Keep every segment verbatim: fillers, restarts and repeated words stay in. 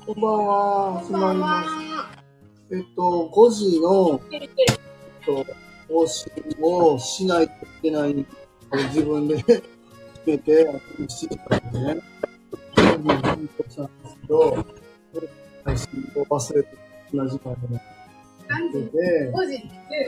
こんばんは。すまります。えっと、ごじの、えっと、更新をしないといけない、自分で決めて、しちじからね、返答したんですけど、配信を忘れて、同じ時間でね。 何時 ?ごじって。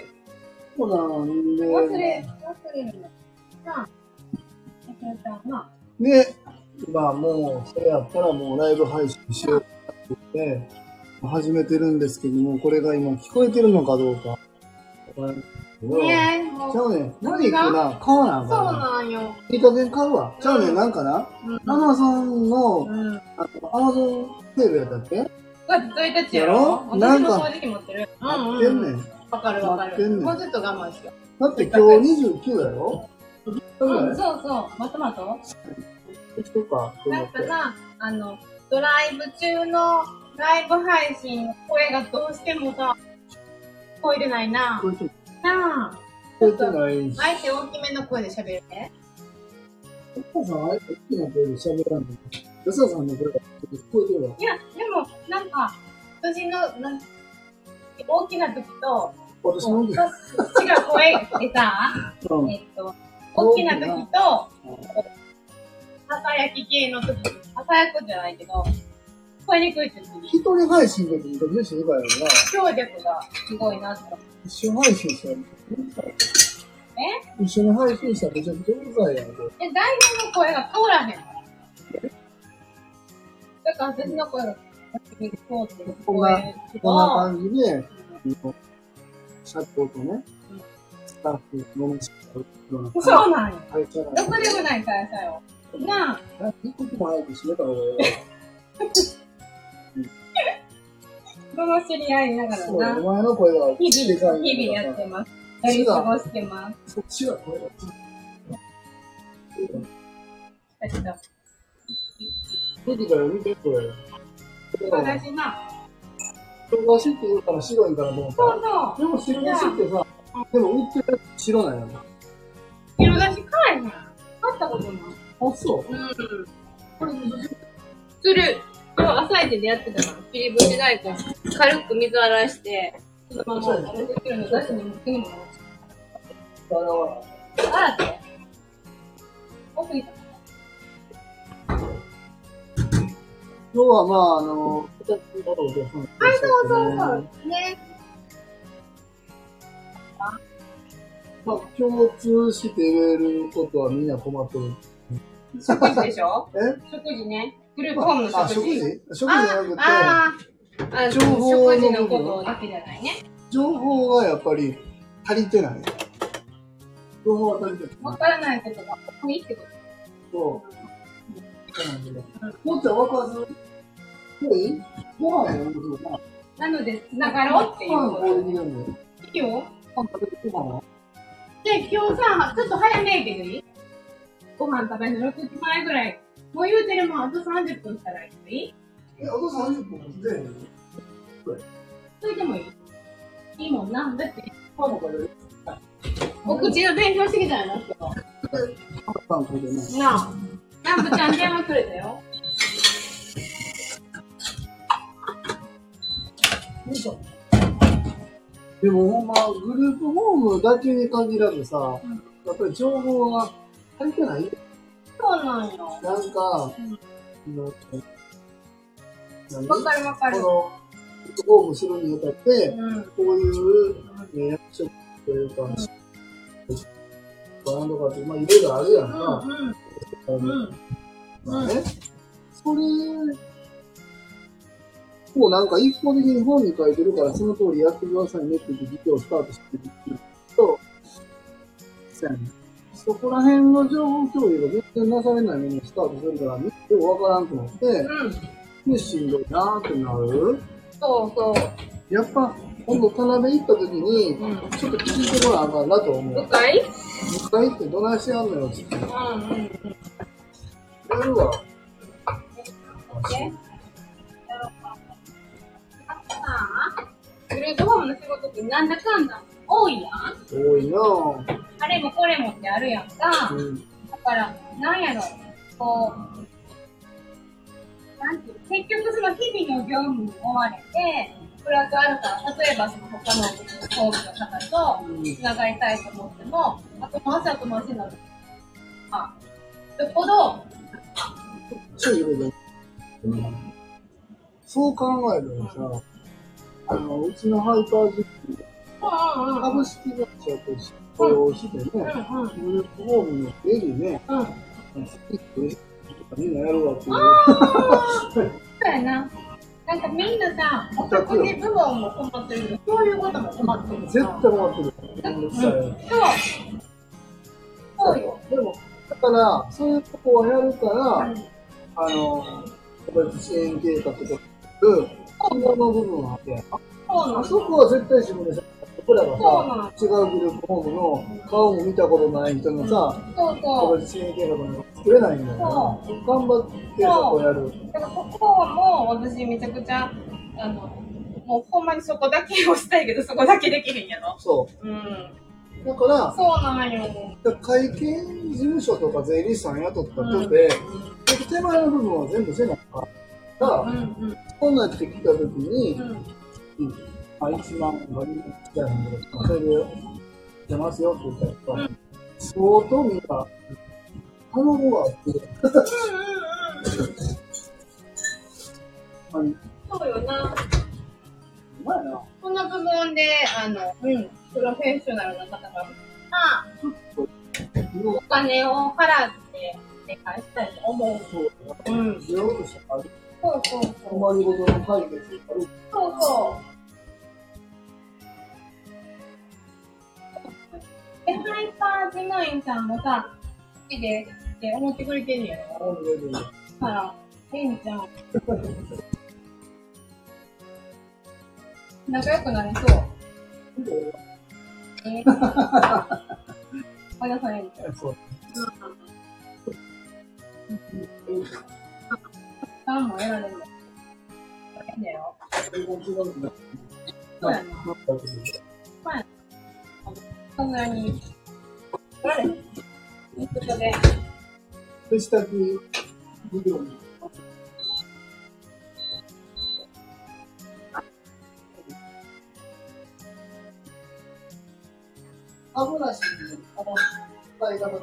そうなんで。 忘れ、忘れるの。なあ。忘れたな。 で、まあもう、それやったらもうライブ配信しようって言って、始めてるんですけども、これが今聞こえてるのかどうか。 ねえ、もう。 ちゃうね。何かな買わなあかん。 そうなんよ。 いい加減買うわ。ちゃうね。なんかな、アマゾンの、 うん。 あの、アマゾンセールやったっけ？ ごがつついたちややろろ？私も正直持ってる。うんうん。 待ってんねん。 わかるわかる。 待ってんねん。 もうちょっと我慢しよだって今日にじゅうきゅうやろ？ う。うん、そうそう。まとまととか、 なんかさ、あの、ドライブ中のライブ配信の声がどうしてもさ、聞こえてないな。 聞こえてなあ。 聞こえてないし。 あえて大きめの声で喋るね。 お母さん、あえて大きな声で喋らんの？安田さんの声が聞こえてるわ。 いや、でも、なんか、私の、なん大きな時と、 私のこっちが声でさ、 うん、 えっと、大きな時と、ささやき系の時、ささやくじゃないけど、聞こえにくい時に、 一人配信の時に時々静かやろな。 強弱がすごいなって。 一緒に配信したら、 え一緒に配信したらめちゃくちゃうるさいやん。 え、大変の声が通らへん。だから私の声が通ってる。 こんな、こんな感じで、社長とね、スタッフ、飲みしかるような。 そうなんよ。 会社どこでもない会社よ。なあ。 一刻も早く閉めた方がいいよ。 どの知り合いながらそう、 な。 お前の声は日々、日々やってます。やり過ごしてます。 そっちが声が出てから見て、これ。 私な。 白だしって言うから白いからどうか。 そうそう。 でも白だしってさ、でも売ってる白なんやな。 白だし買えへん。買ったことない。 あ、そう。 うん。 これ、 する。今日朝一でやってたから、切り干し大根、軽く水洗いして、そのまま、あれできるの、だしにもきにも洗って。奥に。 今日はまあ、あの、二つのことで、はい、 そうそうそう。ね。 まあ、共通して言えることはみんな困ってる。 食事でしょ？ え？ 食事ね。グループホームの食事。 あ、食事？食事じゃなくて、 ああ、 情報の食事のことだけじゃないね。 情報がやっぱり足りてない。情報が足りてない。 わからないことがここにってこと。 そう。そうなんだよ。もっとわからず、もういい？ご飯やるんですよ。 なので、つながろうっていうこと。 ご飯こういうの。 いいよ。 ご飯食べてご飯は？ で、今日さ、ちょっと早めいけどいい？ご飯食べるのろくじまえぐらい。もう言うてるもん、あとさんじゅっぷんしたらいい？ え、あとさんじゅっぷんで、 それでもいい？いいもんな。だって、 パンも食べる？ お口の勉強してきたんやな、今日。 パン食べない。 なあ。南部ちゃん電話くれたよ。 よいしょ。でもほんま、グループホームだけに限らずさ、うん、やっぱり情報が足りてない？ そうなんよ。 なんか、 うん、 わかるわかる。 この、グループホームするにあたって、 うん、 こういう、ね、役職というか、うんバンドかって、まあいろいろあるやんか。 うんうんうん、 まあね、それをなんか一方的に本に書いてるからその通りやってくださいねって言って実況をスタートしてるっていうと、そこら辺の情報共有が全然なされないものをスタートするから、見てもわからんと思って、うん、で、しんどいなーってなる。 そうそう。 やっぱ、今度田辺行った時に、うん、ちょっと聞いてもらわなあかんなと思う。 部会？ 部会ってどないしてやんのよって言って。うんうんうん。やるわ。 グループホームの仕事ってなんだかんだ多いやん。 多いなぁ。 あれもこれもってあるやんか。うん、だから、なんやろ、こう、ななんていう結局その日々の業務に追われて、プラスアルファ、例えばその他の工具の方とつながりたいと思っても、あと回し後回しになる。あ、よっぽど、 そういうこと、うん、そう考えるとさ、あの、うちのハイパージップ、株式会社として雇用してね、グループホームのデリね、みんなやるわっていう。 そうやな。なんかみんなさ、お食事部門も困ってるけど、そういうことも困ってる。 絶対困ってる。 そう。そうよ。 でも、だから、そういうとこをやるから、あの、個別支援計画とか、その部分はあって、あそこは絶対自分でさ、僕らがさ、違うグループホームの顔も見たことない人のさ、個別支援計画に作れないんだよな。頑張ってそこやる。 だからここはもう私めちゃくちゃ、あの、もうほんまにそこだけをしたいけど、そこだけできへんやろ。 そう。うん。だから、 そうなんよ。 会計事務所とか税理士さん雇ったとて、うん、手前の部分は全部せなかったら、うんうん、こんなってきたときに、うんうん、あ、いちまん割りたいんだけど、それで出ますよって言ったら、うん、相当みんな、頼むわって。 そうよな。 うまいな。 この部分で、あの、うん、プロフェッショナルな方が、まあ、お金を払って理解したいと思う。 そうだね。うん。ゼロとしてある。 そうそうそう。 困りごとの解決ある。 そうそう。で、ハイパー事務員さんもさ、好きでって思ってくれてんねやろ。 思ってくれてる。だから、えんちゃん。仲良くなりそう。えー、おやさんえんちゃん。そう。うん。さんもやられるの。ええんだよ。そうやな。はい。そんなに。あれネットで。 手下きビデオに。歯ブラシに、あの、使い方。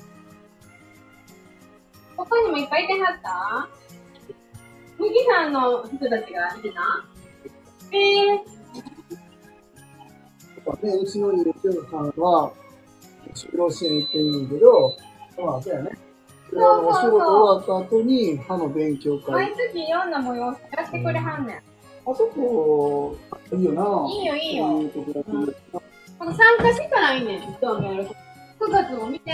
他にもいっぱいいてはった麦さんの人たちがいてたえー。 ね、うちのユーチューブさんは、就労支援行ってるんだけど、まあ、そうやね。そうそうそう。お仕事終わった後に、歯の勉強会。 毎月いろんな催しやってくれはんねん。 あそこ、いいよな。 いいよ、いいよ。うん、この参加したらいいねん。興味ある。くがつも見て。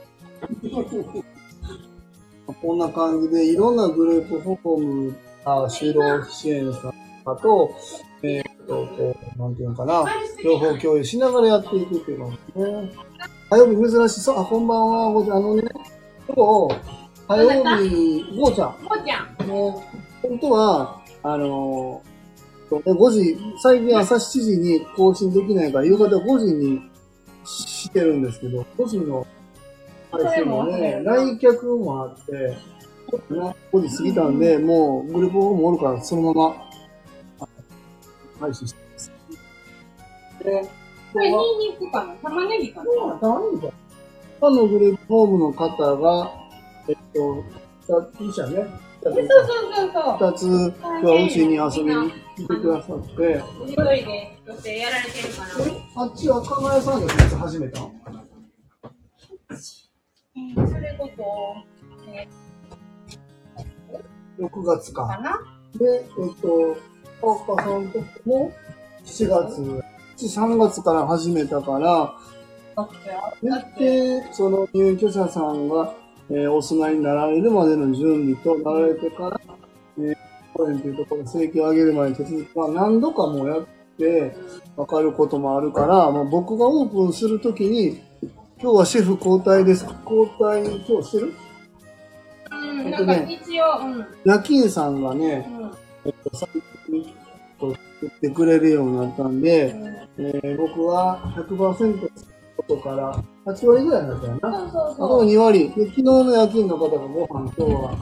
こんな感じで、いろんなグループホーム、あ、就労支援さんと、えー、っと、こう、なんていうのかな、情報共有しながらやっていくっていうのね。火曜日珍しそう。あ、こんばんは、ごちゃん。あのね、今日、火曜日、ごちゃん。 ごちゃん。 ね、本当は、あのー、ごじ、最近朝しちじに更新できないから、夕方ごじにしてるんですけど、ごじの配信もね、来客もあって、ごじ過ぎたんで、もうグループホームおるから、そのまま、配信してます。 で、これ、ニンニクかな玉ねぎかな玉ねぎか。他のグループホームの方が、えっと、二社ね。 そうそうそうそう。 二つがうちに遊びに来てくださって。 一人で女性やられてるかな。 あっちは赤貝さんがいつ始めたの？ それこそ、えー、ろくがつか。 かなで、えっと、赤さんともしちがつ、さんがつから始めたから、で、その入居者さんが、えー、お住まいになられるまでの準備と、なられてから、えー、公園というところ、生計を上げるまで手続きは何度かもやって、わかることもあるから、まあ、僕がオープンするときに、今日はシェフ交代です。交代、今日してる？ うん、なんか一応、うん。 夜勤さんがね、うん、えっと、最近、言ってくれるようになったんで、うん、えー、僕は ひゃくパーセント 外からはちわりぐらいになったよな。そうそうそう。あとにわり。で、昨日の夜勤の方がご飯今日は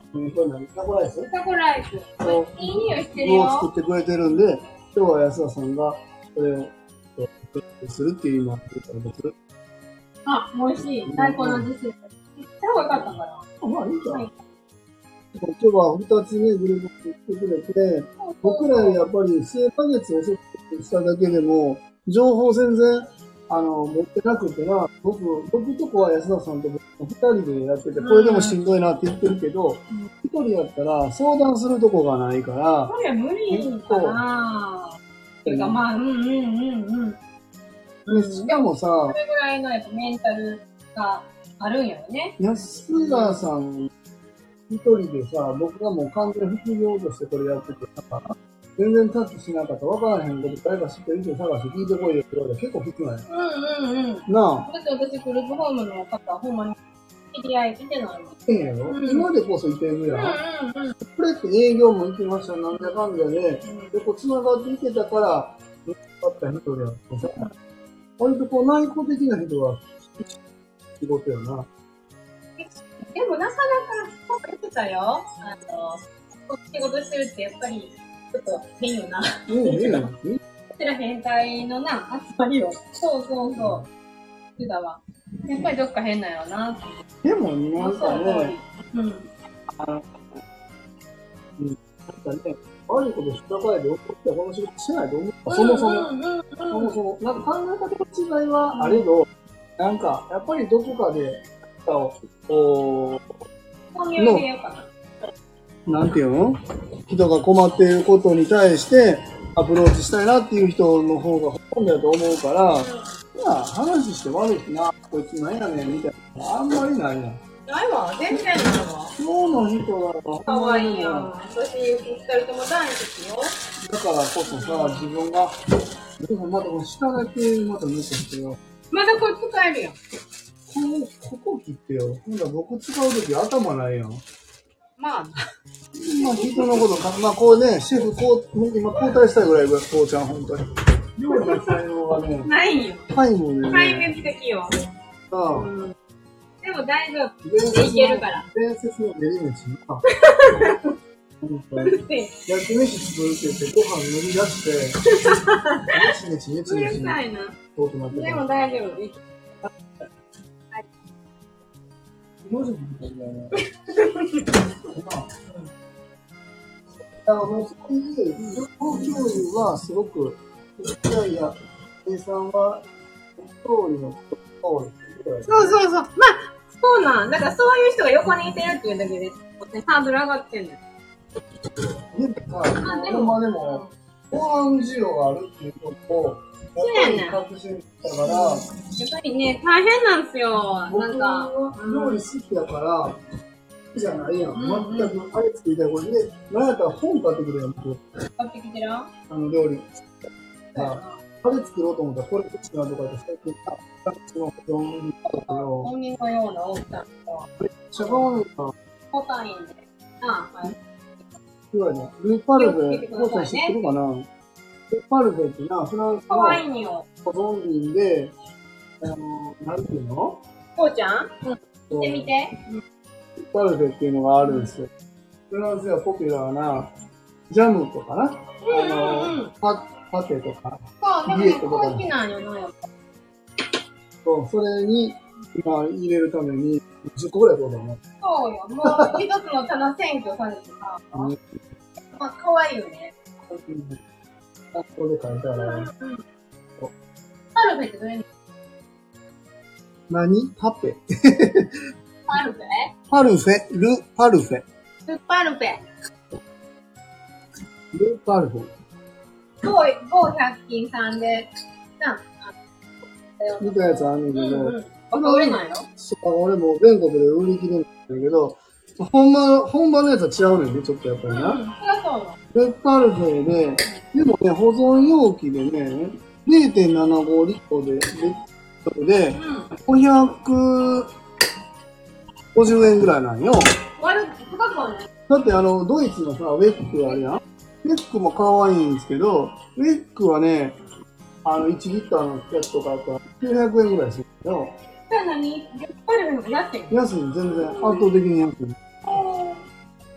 うん、これ何タコライスタコライス。いい匂いしてるをよ。 作ってくれてるんで、今日は安田さんがこれをするっていう今言ったらどうする？ あ、美味しい。大根の味する。超良かったから。 あ、まあいいじゃん。はい、今日はふたつね、グループ作ってくれて、僕らやっぱり数ヶ月遅くしただけでも、情報全然、あの、持ってなくてな、僕、僕とこは安田さんと僕二人でやってて、これでもしんどいなって言ってるけど、一、うん、人やったら相談するとこがないから。 これ無理かなぁ。ていうか、まあ、うんうんうんうん。 でしかもさ、 それぐらいのやっぱメンタルがあるんやよね。 安田さん一人でさ、僕がもう完全副業としてこれやっててさ、全然タッチしなかったら分からへんこと誰か知ってる人探して聞いてこいよって言われたら結構きつない。 うんうんうん。 なあ。 だって私グループホームの方はほんまに知り合い来てないの。 ええやろ、うん、今でこそいてるやん。うんうんうん。これって営業も行きました、なんだかんだで、で、こう繋がっていけたから、見つかった人であってさ、割とこう内向的な人は仕事やな。 でもなかなか言ってたよ。あの、仕事してるってやっぱりちょっと変よな。うん、変なの。こちら変態のな、集まりよ。そうそうそう。言ってたわ。やっぱりどっか変なよな。 でもなんかね、うん。あの、うん、なんかね、悪いことしたかいで怒ってこの仕事しないと思った。そもそも。そもそも。なんか考え方の違いはあれど、なんか、やっぱりどこかで、おの、なんていうの？人が困っていることに対してアプローチしたいなっていう人の方がほとんどだと思うから、いや、話して悪いな、こいつなんやねんみたいなあんまりないな。 ないわ、全然ないわ。 今日の人だとかわいいやん。私、二人とも大好きよ。 だからこそさ、自分が、でもまだ下だけまた抜けてよ。 まだこれ使えるやん。 ここ、ここ切ってよ。ほんだら僕使うとき頭ないやん。 まあ。 まあ、人のことか、まあ、こうね、シェフ、こう、今交代したいぐらい、こうちゃん、ほんとに。料理の才能がね、 ないよ。 はいもね。 壊滅的よ。 ああ、うん。 でも大丈夫。いけるから。 伝説のメリメチな。焼き飯作るって言って、ご飯塗り出して、ネチネチネチネチ。うるさいな。 でも大丈夫。 マジみたいだね。あの、そういう情報共有はすごく、いやいや、計算は、通りの多い。 そうそうそう。まあ、そうなん。だからそういう人が横にいてるっていうだけで、ハードル上がってんのよ。 でもさ、ほんまでも、ご飯需要があるっていうことを、やっぱり確信したから、やっぱりね、大変なんですよ。なんか。 料理好きだから、じゃないやん。全く、あれ作りたい。これで、なんやったら本買ってくれやん、僕。 買ってきてる？ あの、料理。あれ作ろうと思ったら、これこっちなとかって最近、あ、私の保存とかよ。 鬼のような大きさ。 めっちゃ可愛いな。 ボタンいいんで。ああ、はい。 いわゆる、ルーパルフェ、コウちゃん知ってるかな？ルーパルフェってな、フランスの保存瓶で、あの、なんていうの？ こうちゃん？うん。見てみて。 ルーパルフェっていうのがあるんですよ。フランスではポピュラーな、ジャムとかな？あの、パパテとか。 そう、でもね、好きなんよな、やっぱ。 そう、それに、今入れるために、じゅっこぐらい取るの。 そうよ、もう一つの棚選挙されてさ、まあ、可愛いよね。 あ、ここで書いたら。うん。 パルフェってどれに何？パペ。 パルフェ？ パルフェ、ル、パルフェ。 ルパルフェ。 ルパルフェ。 某、某百均さんで、な、 見たやつあんねんけど、うんうん、 あ、売れないの？ そう、俺も全国で売り切れんだけど、本場、本場のやつは違うねんね、ちょっとやっぱりな。うん、そりゃそうなの。ルパルフェで、でもね、保存容器でね、れいてんななごリットルで、で、ごひゃくごじゅうえんぐらいなんよ。 悪く高くはね。 だってあの、ドイツのさ、ウェックあるやん。ウェックも可愛いんですけど、ウェックはね、あの、いちリッターのやつとかあったらきゅうひゃくえんぐらいするんだよ。 じゃあ何？ルパルフェの方が安いの？ 安い、全然。圧倒的に安い。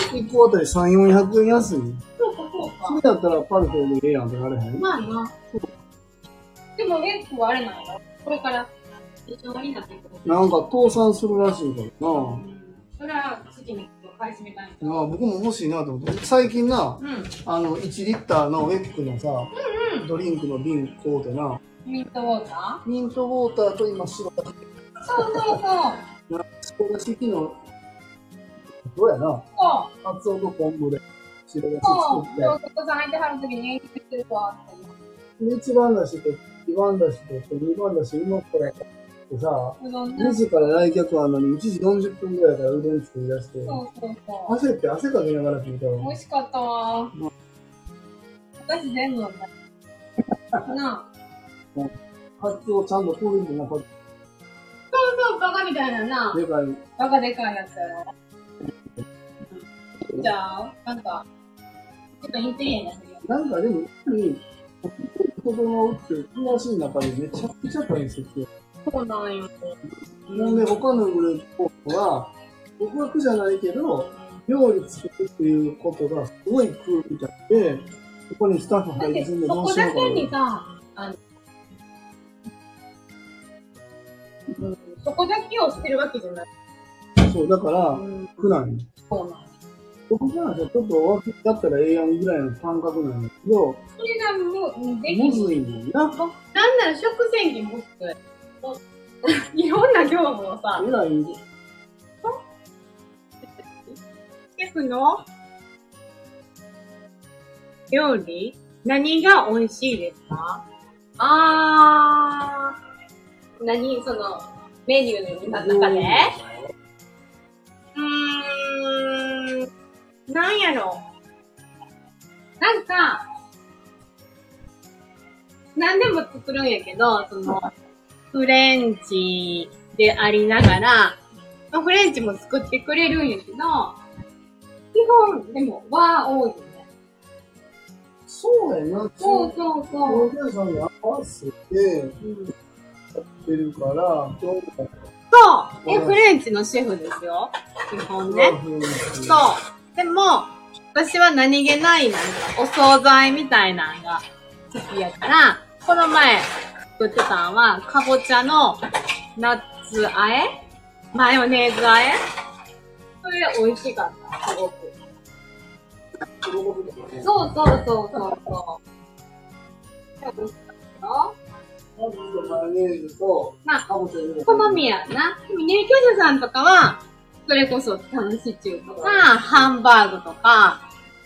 いっこあたりさん、よんひゃくえん安い。 そうか、そうか。 それだったらパルフェでええやんってなれへん。 まあな。でも結構あれなんやろ。これから一緒になっていく。 なんか倒産するらしいからな。 うん。それは次に買い占めたいんだ。 ああ僕も欲しいなと思って。最近な、 うん。 あの、いちリッターのウェックのさ、 うんうん。 ドリンクの瓶買うてな。 ミントウォータミントウォーターと今白だし。 ーそうそうそう。 白だし昨日、どうやな。 そう。 カツオと昆布で白だしそう。 作って。 そう、そこさん入ってはるときに演出してるわって。 で一番だしとにばんだしとにばんだしうまっこれってさ、 うどんね。 にじから来客あるのにいちじよんじゅっぷんぐらいからうどん作り出して、 そうそうそう。 焦って汗かきながら食うたわ。 美味しかったわ。 うん私全部飲んだ。なあ。 カツオちゃんとこういうのなかっそうそう、バカみたいなな。 でかい。 バカでかいやつやろ。じゃあ、なんか、ちょっとインテリアになってるよ。 なんかでも、やっぱり、整うって詳しい中でめちゃくちゃ大切よ。 そうなんよ。 なんで他のグループは、僕は苦じゃないけど、料理作るっていうことがすごい苦みたいで、ここにスタッフだって、 入ってすんでそこどうしようかだけにな。 さ、あの、うん、そこだけをしてるわけじゃない。 そう、だからう、ん、 苦なんよ。 そうなんよ。 僕からちょっと分かったらええやんぐらいの感覚なんだけど、 それがもう、できむずいねんな。 なんなら食洗機もつく。いろんな業務をさ、 えらいんで。 シェフの料理何が美味しいですか？あー、何その、メニューの中でうーん、なんやろなんか、何でも作るんやけど、その、フレンチでありながら、フレンチも作ってくれるんやけど、基本、でも、和多いよね。 そうやな。 そうそうそう。 お客さんに合わせてやってるから、どうかそうえ、フレンチのシェフですよ。基本ね。そう。でも、私は何気ないなんかお惣菜みたいなのが好きやから、この前作ってたのは、かぼちゃのナッツ和えマヨネーズ和えそれ美味しかった、すごく。そうそうそうそうそう。美味しかったよ。 マヨネーズと、 まあ、 かぼちゃ入れて好みやな。でも、入居者さんとかは、それこそタンシチューとか、ハンバーグとか、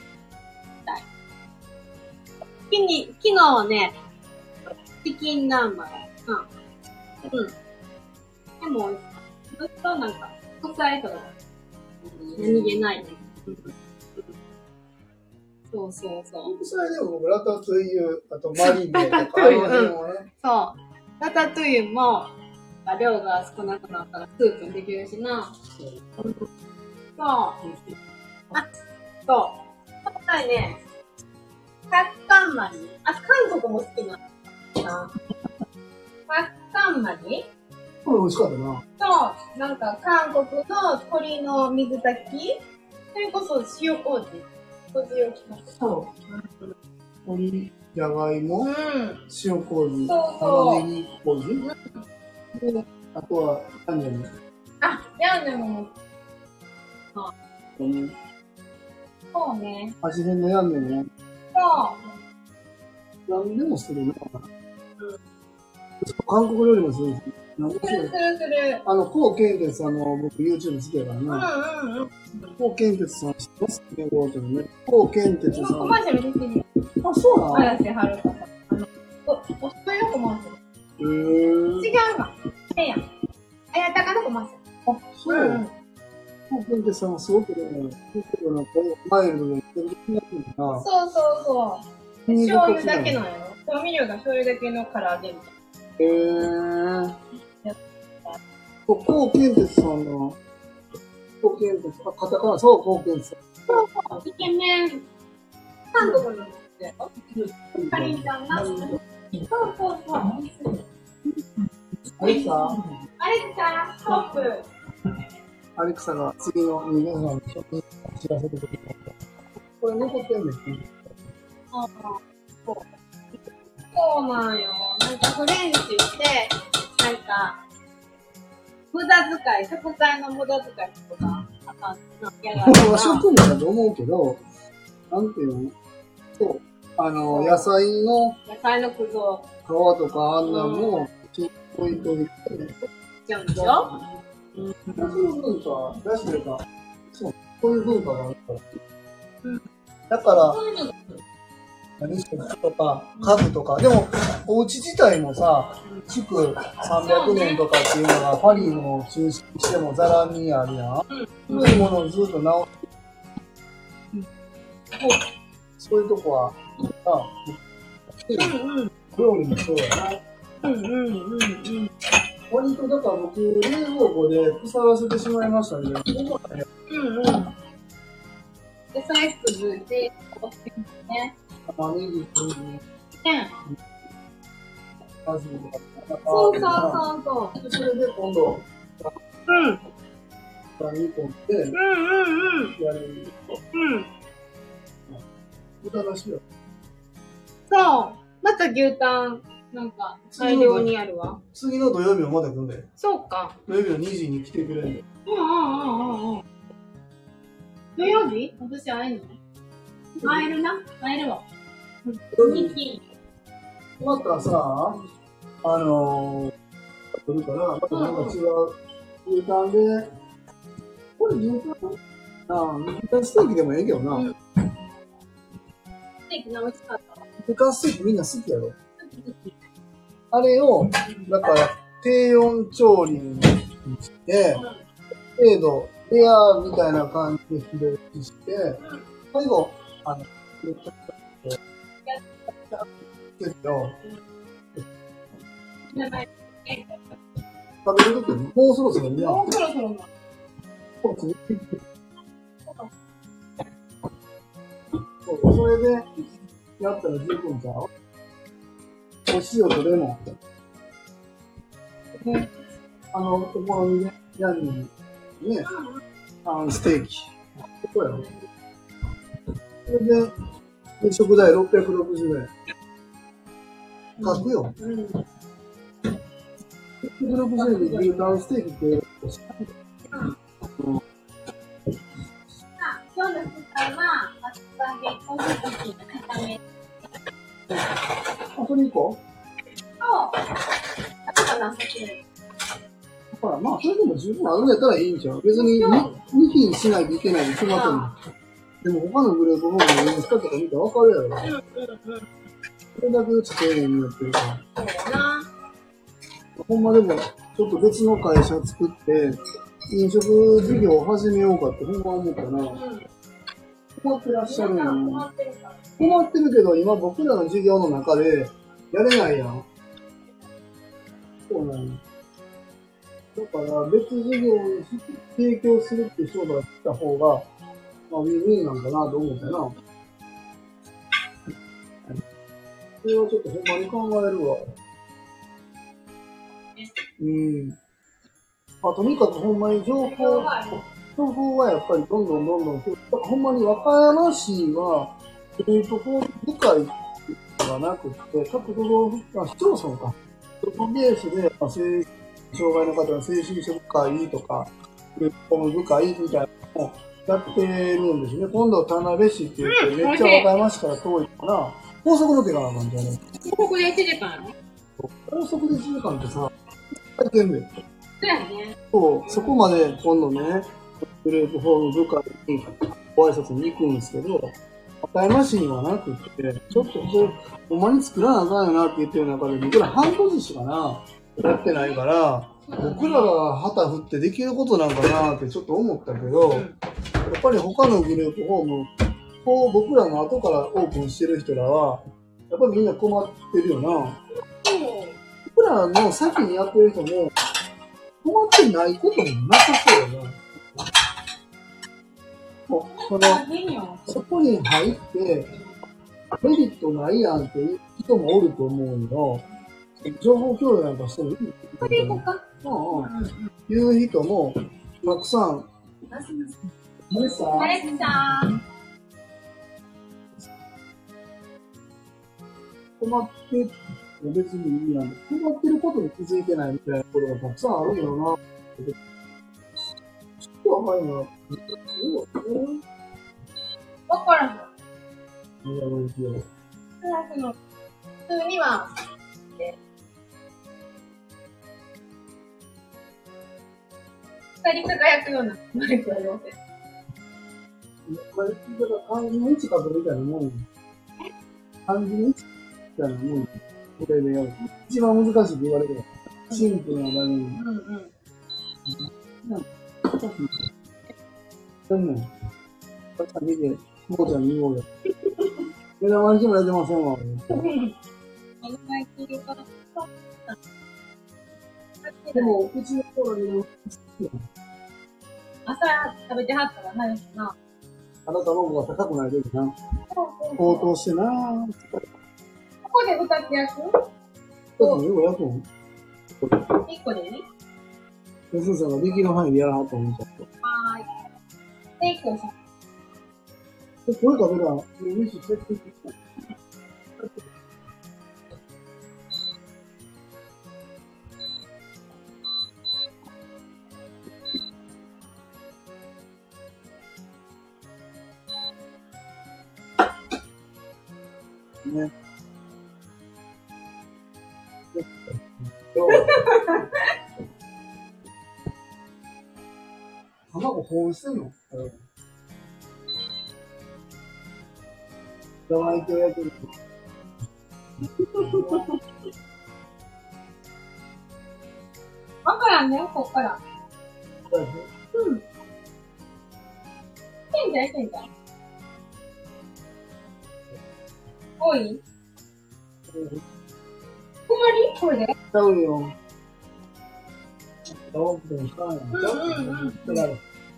きに昨日ね、チキン南蛮やった。うん。でも、ずっとなんか、副菜とか、何気ないね。そうそうそう。 副菜でも僕、ラタトゥイユ、あとマリネとか、 ラタトゥイユあの辺はね。 そう。ラタトゥイユも、量が少なくなったらスープにできるしな。そう。あ、そう。今回ね、タッカンマリあ、韓国も好きな。なタッカンマリこれ美味しかったな。 と、なんか韓国の鶏の水炊きそれこそ塩麹。麹を効かせた。そう。 鶏、じゃがいも、 うん。 塩麹、 そうそう玉ねぎ麹、うん、あとは、ヤンニョム。 あ、ヤンニョムも。 うん、 そうね。 味変のヤンニョムね。 そう。 何でもするな。 うん。 韓国料理もするし。 するするする。 あの、コウケンテツさんの僕 YouTube 好きやからな。 うんうんうん。 コウケンテツさん知ってますね、ゴートのね。コウケンテツさん。 今コマーシャル出てるよ。 あ、そうなの？ 綾瀬はるかさん。あの、お、おしといのコマーシャル。 へー。 違うわ。ええやん。あやたかのコマーシャル。 あ、そう。コウケンテツさんはすごくね、マイルドで、なそうそうそう。醤油だけなんやろ。調味料が醤油だけの唐揚げみたいな。 へー。コウケンテツさんの、コウケンテツ、あ、カタカナ、そう、コウケンテツさん。 そうそう。イケメン。韓国の人よ。かりんちゃんな。そうそうそう。 アレクサアレクサ、ストップ。 アレクサが次のにねんさんの初に知らせてくれて、これ残ってんねん。 ああ、そう。そうなんよ。なんかフレンチって、なんか、無駄遣い、食材の無駄遣いとか、あかんの嫌がるから。 和食もだと思うけど、なんていうのそう。あの、野菜の、 野菜のくずを。 皮とかあんなんも、ちょっとポイントに。 ちゃうんでしょうん。そういう文化、出してるか。そう。こういう文化があるから。うん。だから、何食とか、家具とか。でも、お家自体もさ、築さんびゃくねんとかっていうのが、パリの中心にしてもザラにあるやん。古いものをずっと直して、そういうとこは、あ、うんうん、料理もそうやな。うんうんうんうん。割とだから僕、冷蔵庫で腐らせてしまいましたね。うんうん。 野菜くずで、ね。 玉ねぎ、くず、 ね。 バジルとか。 そうそうそうそう。 それで今度、 うん。 煮込んで、うんうんうん。やる。うん。豚だしよ。そう。 また牛タン、なんか、大量にあるわ。 次の土曜日もまだ来るんで。 そうか。 土曜日のにじに来てくれるんで。 うんうんうんうんうん。土曜日私会えんの会えるな。会えるわ。 またさ、あのー、来るから、またなんか違う牛タンで、これ牛タンああ、牛タンステーキでもええけどな。うん、ステーキな美味しかった。 牛タンステーキみんな好きやろ。あれを、だから、低温調理にして、程度、レアみたいな感じで火通しして、最後、あの、ですよ。食べるときに、もうそろそろ見よう。 もうそろそろな。 そう、それで、やったら十分ちゃう？お塩とレモン。で、あの、お好みで、ヤンニー、ね、あの、ステーキ。ここやろ。それで、で食材ろっぴゃくろくじゅうえん。書くよ。うん。ろっぴゃくろくじゅうえんで牛タンステーキって、うん。 今日の副菜は、厚揚げ、昆布巻き、炒め。 あ、それいこう？ そう。あとかな、 ほら、まあ、それでも十分あるんやったらいいんちゃう？別にに品しないといけないに決まってるの。でも他のグループホームのインスタとか見たら分かるやろ。うんうんうん。それだけうち丁寧にやってるから。そうだな。ほんまでも、ちょっと別の会社作って、飲食事業を始めようかってほんま思ったな。うん、困ってらっしゃるやん。困ってるから。困ってるけど、今僕らの事業の中でやれないやん。そうなんや。だから、別事業に提供するって商売した方が、まあ、ウィンウィンなんかなと思ったな。それはちょっとほんまに考えるわ。うん。まあ、とにかくほんまに情報、情報はやっぱりどんどんどんどん、ほんまに和歌山市は、えーと、こう、理解がなくて、各都道府県、市町村か。そこベースで、まあ、障害の方の精神障害とか、この部会みたいなのをやってるんですね。今度、田辺市って言って、めっちゃ和歌山市から遠いから、高速乗っていかなあかんじゃね。 高速でいちじかんやろ？ 高速でいちじかんってさ、大変だよ。 そうやね。そう、 そこまで今度ね、グループホーム部会にご挨拶に行くんですけど、和歌山市にはなくって、ちょっとこれ、ほんまに作らなあかんよなって言ってる中で、僕ら半年しかな、やってないから、僕らが旗振ってできることなんかなってちょっと思ったけど、やっぱり他のグループホーム、こう僕らの後からオープンしてる人らは、やっぱりみんな困ってるよな。僕らの先にやってる人も、困ってないこともなさそうだな。もうそのそこに入って、メリットないやんっていう人もおると思うの。情報共有なんかしてもいいってことだね。うんうん。いう人もたくさん。マレッサマレッサ困って別にいいやん。困ってることに気づいてないみたいなことがたくさんあるよな。ちょっと甘いな。 わからんの。 いや、おいしいよ。 その、普通には、光り輝くようなマイクは要請。 これ、だから漢字の位置書くみたいなもん。漢字の位置みたいなもん。これでやる。一番難しいって言われてる。シンプルなだけに。 うんうん。 なんなんさっき見て、もこちゃんに言おうよ。目玉焼きもやってませんわ。でも、うちの頃に朝食べてはったらなるしな。 あなたの方が高くないときな。高騰してなぁ。 ここで歌って焼く？ ちょっとよく焼くん一個でいい？ 先生さんができる範囲でやらはったんじゃん。 はーい。で、一個しえ、これ食べたら、飯セットしてきた。ね。卵保温してんの？生意気を焼ける。 わからんね、こっから。うん。いけんじゃん、いけんじゃん。多い？ほんまにこれで？ ちゃうよ。多くてもしかないな。 うんうんうん。 だから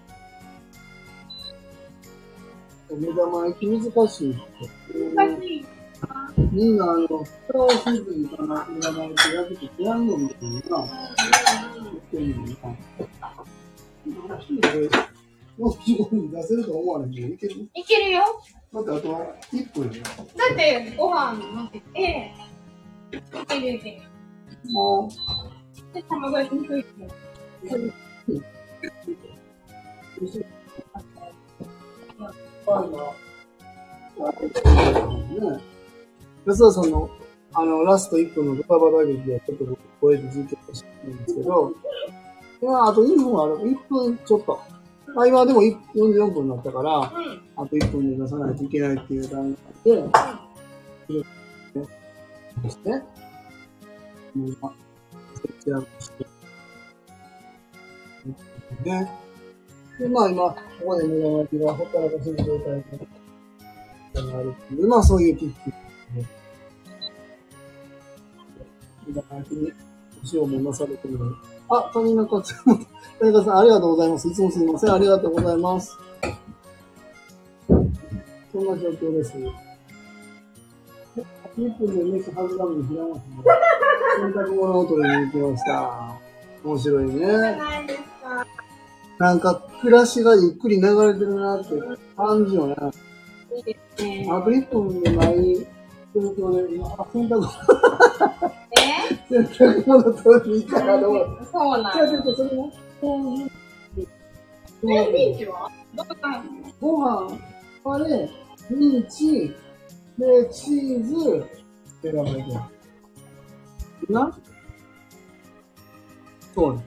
目玉焼き難しい。 難しい。 みんな、あの、蓋をせずにかな、目玉焼き焼けてやんのみたいなさ、言ってんのにさ。もうじゅうごふん出せると思わないけど、いける？ いけるよ。 だってあとはいっぷんよ。 だってご飯乗せて、いけるいける。 もう。で、卵焼きにしといて。 ね、安田さんの、あの、ラストいっぷんのドタバタ劇でちょっと僕、超えて実況してるんですけど、今、あとにふんある、いっぷんちょっと。まあ今でもよんじゅうよんぷんになったから、うん、あといっぷんで出さないといけないっていう段階で、うん、ですね。もう今、節約して。ね。で、まあ今、ここで目玉焼きがほったらかしの状態で、あるっていう、まあそういうキッチンですね。目玉焼きに塩もなされてるので。あ、谷中さん、谷中さんありがとうございます。いつもすみません。ありがとうございます。そんな状況です。いっぷんで飯はずらむにひらますね。洗濯物を取りに行きました。面白いね。なんか、暮らしがゆっくり流れてるなって感じよね。 いいですね。 あといっぷんでない状況で、今、あ、洗濯物。 え洗濯物取りに行かなと思う。 そうなんや。ちょっとそれも。 え、ミンチはどうかご飯、あれ、ミンチ、で、チーズ、選ばれてる。なそうね。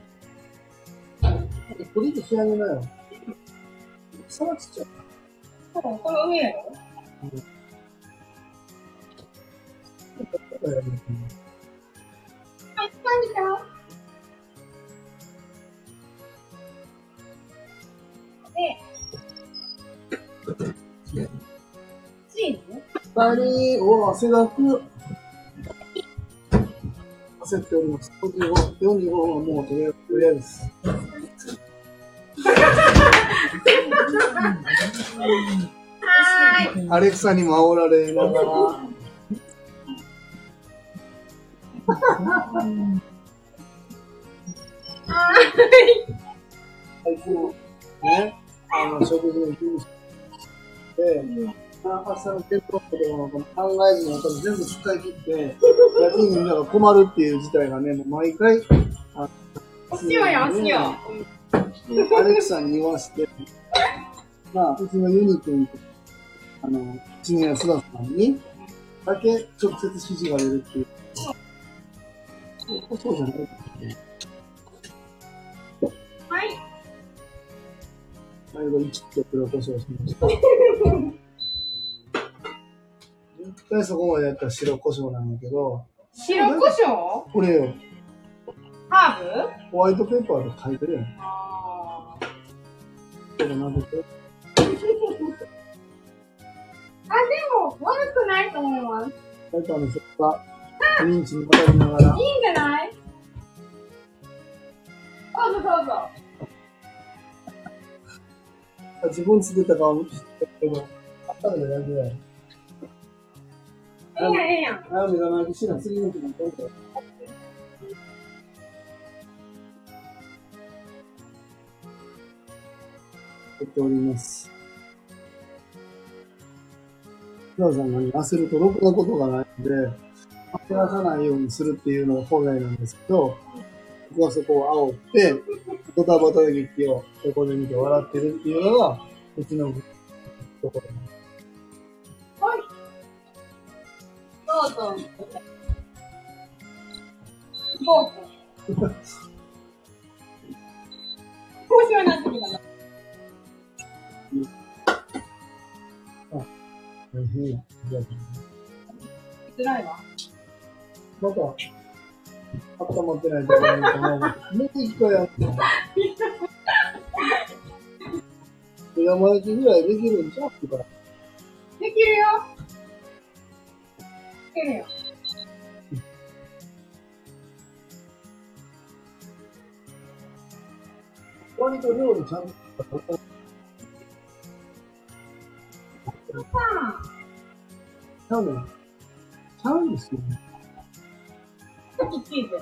これで仕上げなよ。さらちっちゃい。 そう、この上やろうん。 あ、感じたで、チーズ二人を汗だく焦っております。よんじゅうご、よんじゅうごふんはもうとりあえず、とりあえずです。 はーい。 アレクサにも煽られながら。 はーい。 アいつもね、あの、食事の準備して、朝の弁当とかも考えずに私全部使い切って、家賃みんなが困るっていう事態がね、もう毎回、あお塩や、お塩。 アレクサに言わせて、まあ、うちのユニ君と、あの、ちねやすださんに、だけ直接指示が出るっていう。そうじゃないですね。 はい。 最後、いちって黒胡椒しました。絶対そこまでやったら白胡椒なんだけど。 白胡椒？ これよ。 ハーブ？ ホワイトペーパーで書いてるやん。 あー。 ちょっと混ぜて。 あ、でも悪くないと思います。 ペーパーのそこがミンチに混ざりながら。 いいんじゃない？どうぞどうぞ。 自分作った顔知ってるけど、あったのだけだよ。 ええやん、ええやん。 あやめがまきしな、次の日にどうぞ。やっております。皆さんがね、焦るとろくなことがないので、焦らさないようにするっていうのが本来なんですけど、僕はそこを煽って、ドタバタ劇を横で見て笑ってるっていうのが、うちのところなんです。 はい。どうぞ。ボーク。こうしようなってきたな。 あ、大変や。 辛いわ。 また、温まってないところにと思う。もう一回やって。山焼きぐらいできるんちゃうってから。 できるよ。できるよ。 割と料理ちゃんと。ちゃうねん。ちゃうんですよね。 さっきチーズ。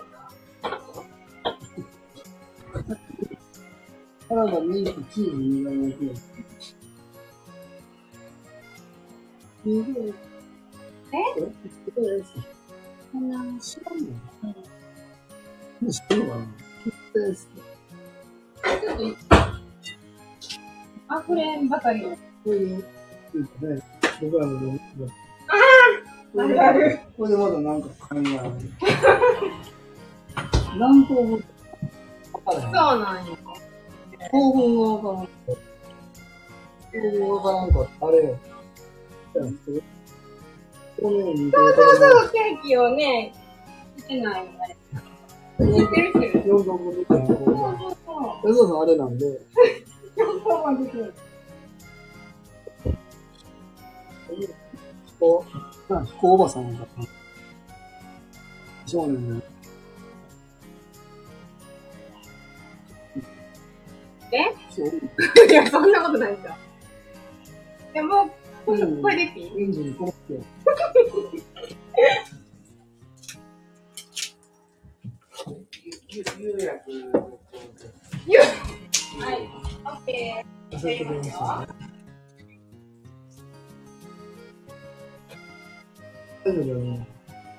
サラダ、ミンチ、チーズ、苦いだけ。えええそんな、 知らんの？うん。知ってるのかな？知ってる。 ちょっと、あふれんばかりの。 こういう、ね、僕らの料理。 あああるある。 これでまだなんか買いがある。何等分分からへん。 そうなんよ。 等分が分からん。等分が分からんかった。あれよ。そうそうそう、ケーキをね、してないんだね。知ってる知ってる。 よん等分できない。そうそうそう。そうそう、あれなんで。 よん等分できる。 こう、な、彦おばさんが、少年の。 えいや、そんなことないですよ。でも、これ、これでいい？ エンジンこって。釉薬。 ゆはい。オッケー。 忘れてくれましたね。大丈夫だよね。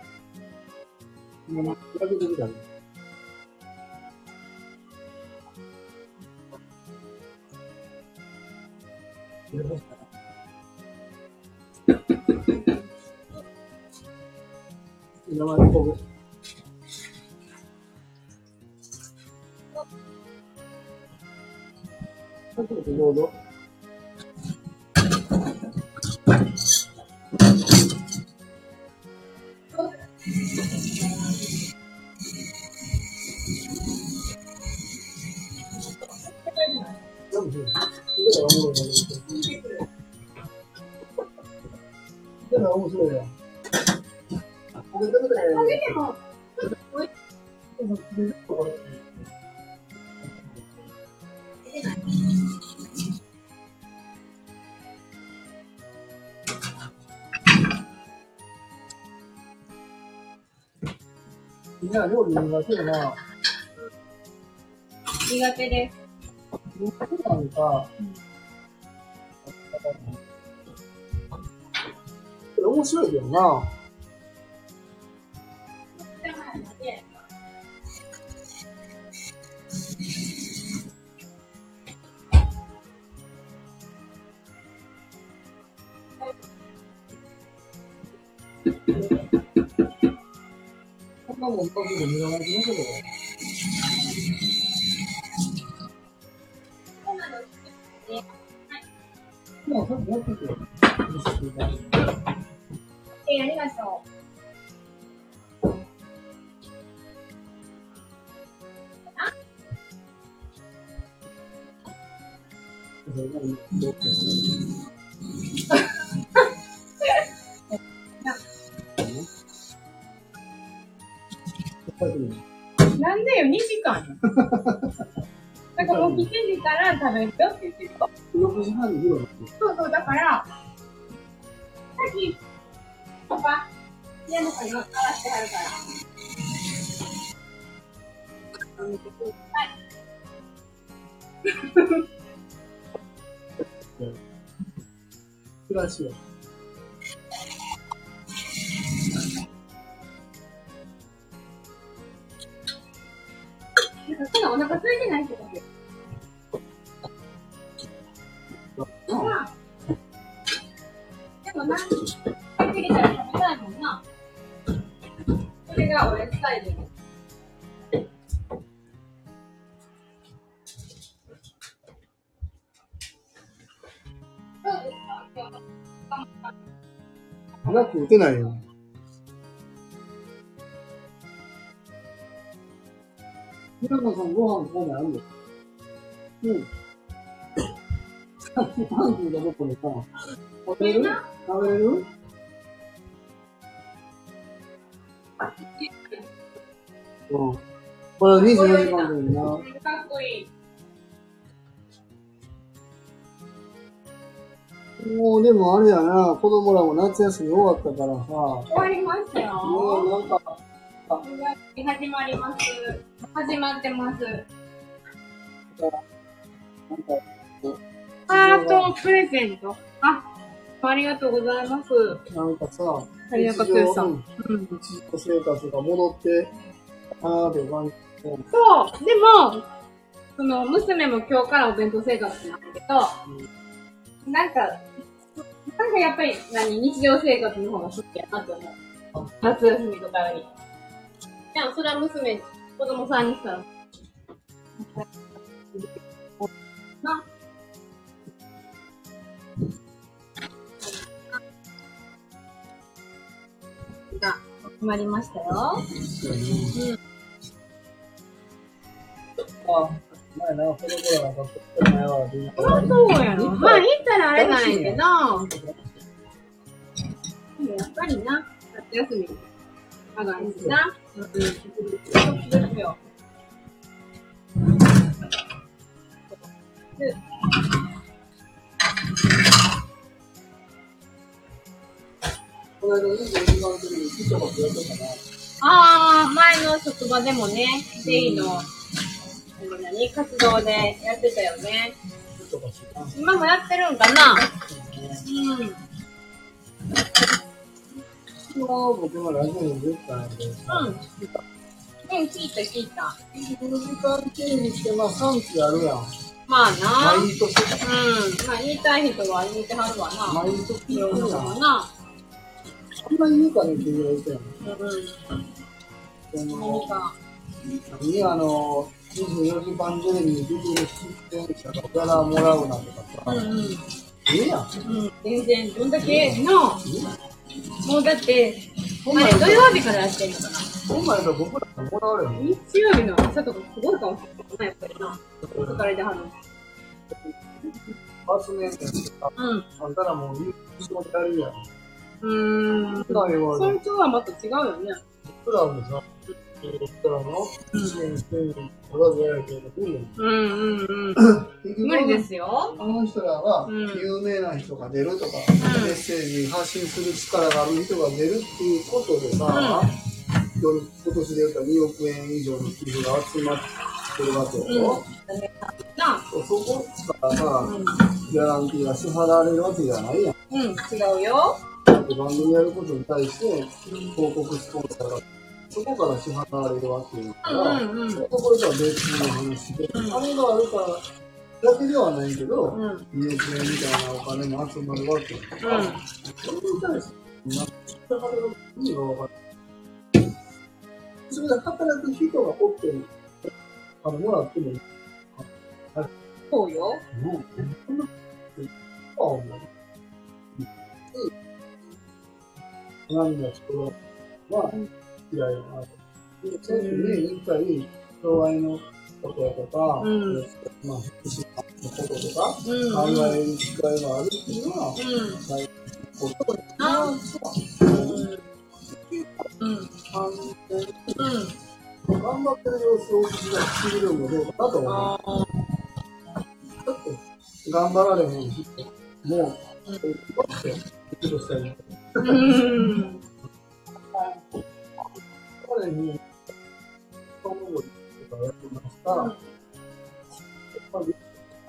もう、焼けてきたね。よろしかった。名前こぶ。どうぞ。面白いよ。これ食べても。みんな料理苦手やな。 苦手です。 なんか、これ面白いけどな。こんなもん一発で見られてないけど。もうさっきやってて。 え、ありがとう。なんでよ、にじかん。だからもうしちじから食べるよって言ってるよ。 ろくじはんに夜になってる。 そうそう、だから、さっき、パパ、家の子に洗ってはるから。はい。 暮らしよ。 そんなお腹空いてないってことよ。でもな、空いてきたら食べたいもんな。それが俺スタイル。 まだ食うてないよ。平野さん、ご飯ここにあるんです。うん。さっきパン君がどこにさ、食べれる食べれるうん。これにじゅうよじかんでいいな。 かっこいい。 もうでもあれやな、子供らも夏休み終わったからさ。 終わりましたよ。 もうなんか、あ、 始まります。始まってます。 なんか、 ハートプレゼント。あ、ありがとうございます。 なんかさ、 ありがとうございます。 うん。日常生活が戻って、あーって感じ。 そう、でも、その、娘も今日からお弁当生活なんだけど、うん、なんか、なんかやっぱり、何、日常生活の方が好きやなって思う。夏休みとかより。でも、それは娘、子供さんにしたら、な。が、決まりましたよ。うん。 あ、前な、この頃なんか、こっ前は、 そうやろ。まあ、行ったらあれなんやけど、でもやっぱりな、夏休み、上がるしな。うん。そうですよ。でこの間にじゅうよじかんの時にピッチャーがやったかな。 ああ、前の職場でもね、デイの、何、活動でやってたよね。今もやってるんかな。うん。 今日僕のラジオに出てたんで。うん。 うん、聞いた聞いた。 じゅうよじかんテレビってまあ賛否あるやん。 まあな。 毎年。 うん。まあ言いたい人は言いてはるわな。 毎年言うのやん。 な。 あんまり言うかねって言われてやん。 うん。何か。 何あの、にじゅうよじかんテレビに出てる出演者がギャラもらうなんとかさ。うんうん。ええやん。 うん。全然、どんだけの、もうだって、あれ土曜日からやってんのかな。 ほんまやったら僕らもらわれるの。 日曜日の朝とかすごいかもしれない、やっぱりな。疲れてはるの。 バスメンテナンスとか、うん。あんたらもう仕事やるやん。 うーん。そいつはまた違うよね。 僕らもさ、僕らの一年一年ただでやるけど、無理やん。うんうんうん。 無理ですよ。 あの人らが有名な人が出るとか、うん、メッセージ発信する力がある人が出るっていうことでさ、うん、今年で言うとにおくえん以上の寄付が集まってるわけよ。うん、 な。 そこからさ、 うん、 ギャランティーが支払われるわけじゃないやん。 うん、違うよ。 番組やることに対して、広告スポンサーが、そこから支払われるわけだから、 うんうんうん、 そういうところとは別の話で、 うん、 金があるからだけではないけど、 うん、 入金みたいなお金も集まるわけだから、 うん、 それに対して、何て働く意味が分からない。それで働く人がおって、あの、もらってもいい。 そうよ。 もう、そんな、ああ、思う。何が人は嫌いだなと。で、そういうに一回、障害のこととか、 うん、 まあ、福祉のこととか、 うん、 考える機会があるっていうのは、 うん、 最高に、 あ、 うん、 うん、 安全うん、 頑張ってる様子を聞きがするのもどうかなと思う。 あー、 ちょっと、頑張られへん人も、うん、って、生きとしたり。 うん。 彼に、この子とかやってました。やっぱり、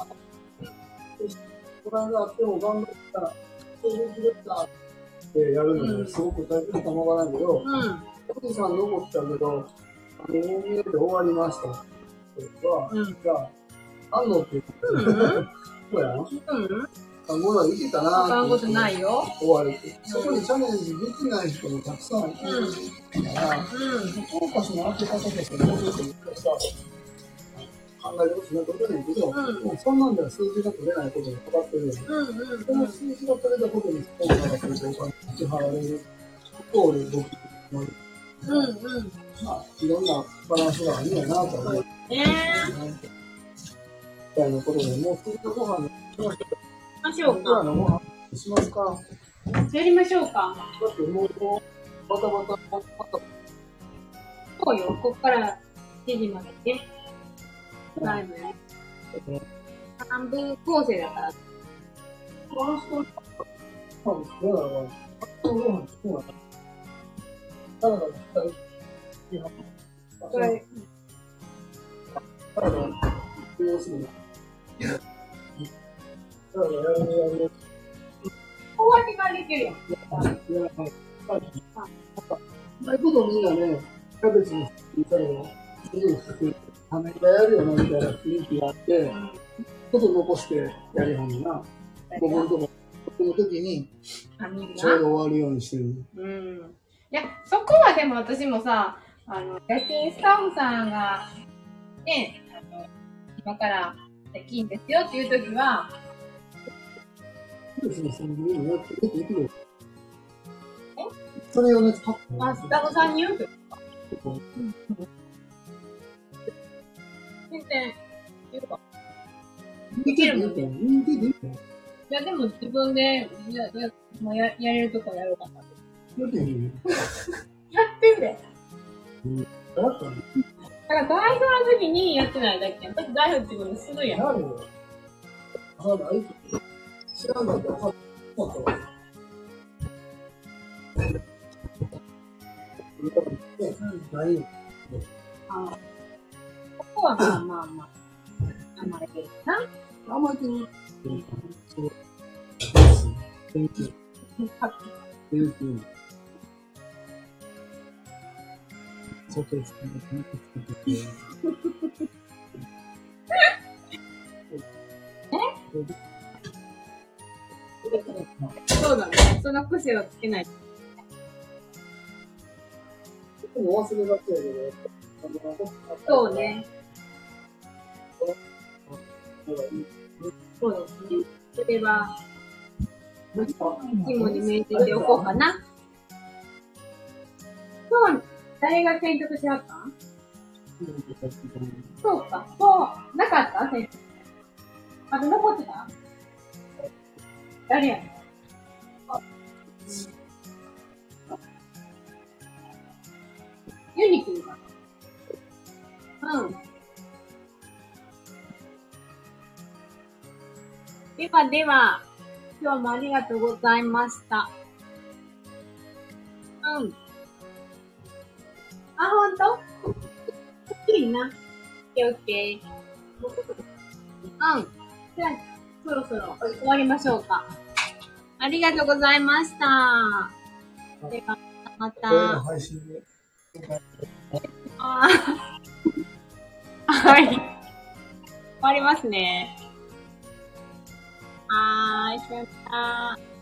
この間あっても頑張った、そうできるかってやるのもすごく大切かもわからんけど、おじさん残ったけど、にねんめで終わりました。それは、 うん、 じゃあ、あんのって言って、そうやん。あ、ものいけたなー。ことないよ。 終わるって。そこにチャレンジできない人もたくさんいるから、 うん、 フォーカスの当て方としてもうちょっとさ、考えてほしいなと思うんだけど、うん、もうそんなんでは数字が取れないことにかかってるよね。うんうん、その数字が取れたことにスポンサーがするとお金が支払われることを僕思う。うんうん。まあ、いろんなバランスがあるんやなと思う。えー。みたいなことで、もう次のご飯にしましょう。 ましょうか。 のご飯しますか。 やりましょうか。 だってもう、バタバタ、バタ。 そうよ、こっからしちじまでね。タイムね。半分構成だから。 この人、そうですね。そうなんです。そうなんです。だから、これ、だから、要するに、だから、やるやる。 こうやってができるよ。 いや、はい。うまいことみんなね、キャベツにしていたら、すぐ作る。ためがやるよな、みたいな雰囲気があって、ちょっと残してやりはんな。僕のとこ、僕の時に、ちょうど終わるようにしてる。 うん。いや、そこはでも私もさ、あの、夜勤スタッフさんが、ね、あの、今から夜勤ですよっていう時は、 それをね、 あ、スタッフさんに言うと。全然、言うか。できるもんね。いや、でも自分で、や、や、まあ、や、やれるとこやろうかな。 やってみるやってんだよ。 うん。だったのだから代表の時にやってないだけやん。だって代表自分でするやん。 なるよ。あ、ない知らんかったら、あ、そうか。うん、ないよ。 あ、ここはまあまあまあ、甘えてるな。 甘えてる。そう。天気。天気。そうですね。 そうだね。その癖をつけないと。 もう忘れがちやけど、 そうね。そうですね。それは、肝に銘じておこうかな。今日、誰が選択しはったん？そうか。そう、なかった選択。まだ残ってた？誰やねん。ユニくんかな。うん。ではでは、今日もありがとうございました。うん。あ、ほんと？いいな。オッケーオッケー。 じゃあ、そろそろ終わりましょうか。ありがとうございました。では、また。 配信で。 あはい。終わりますね。はーい、さよなら。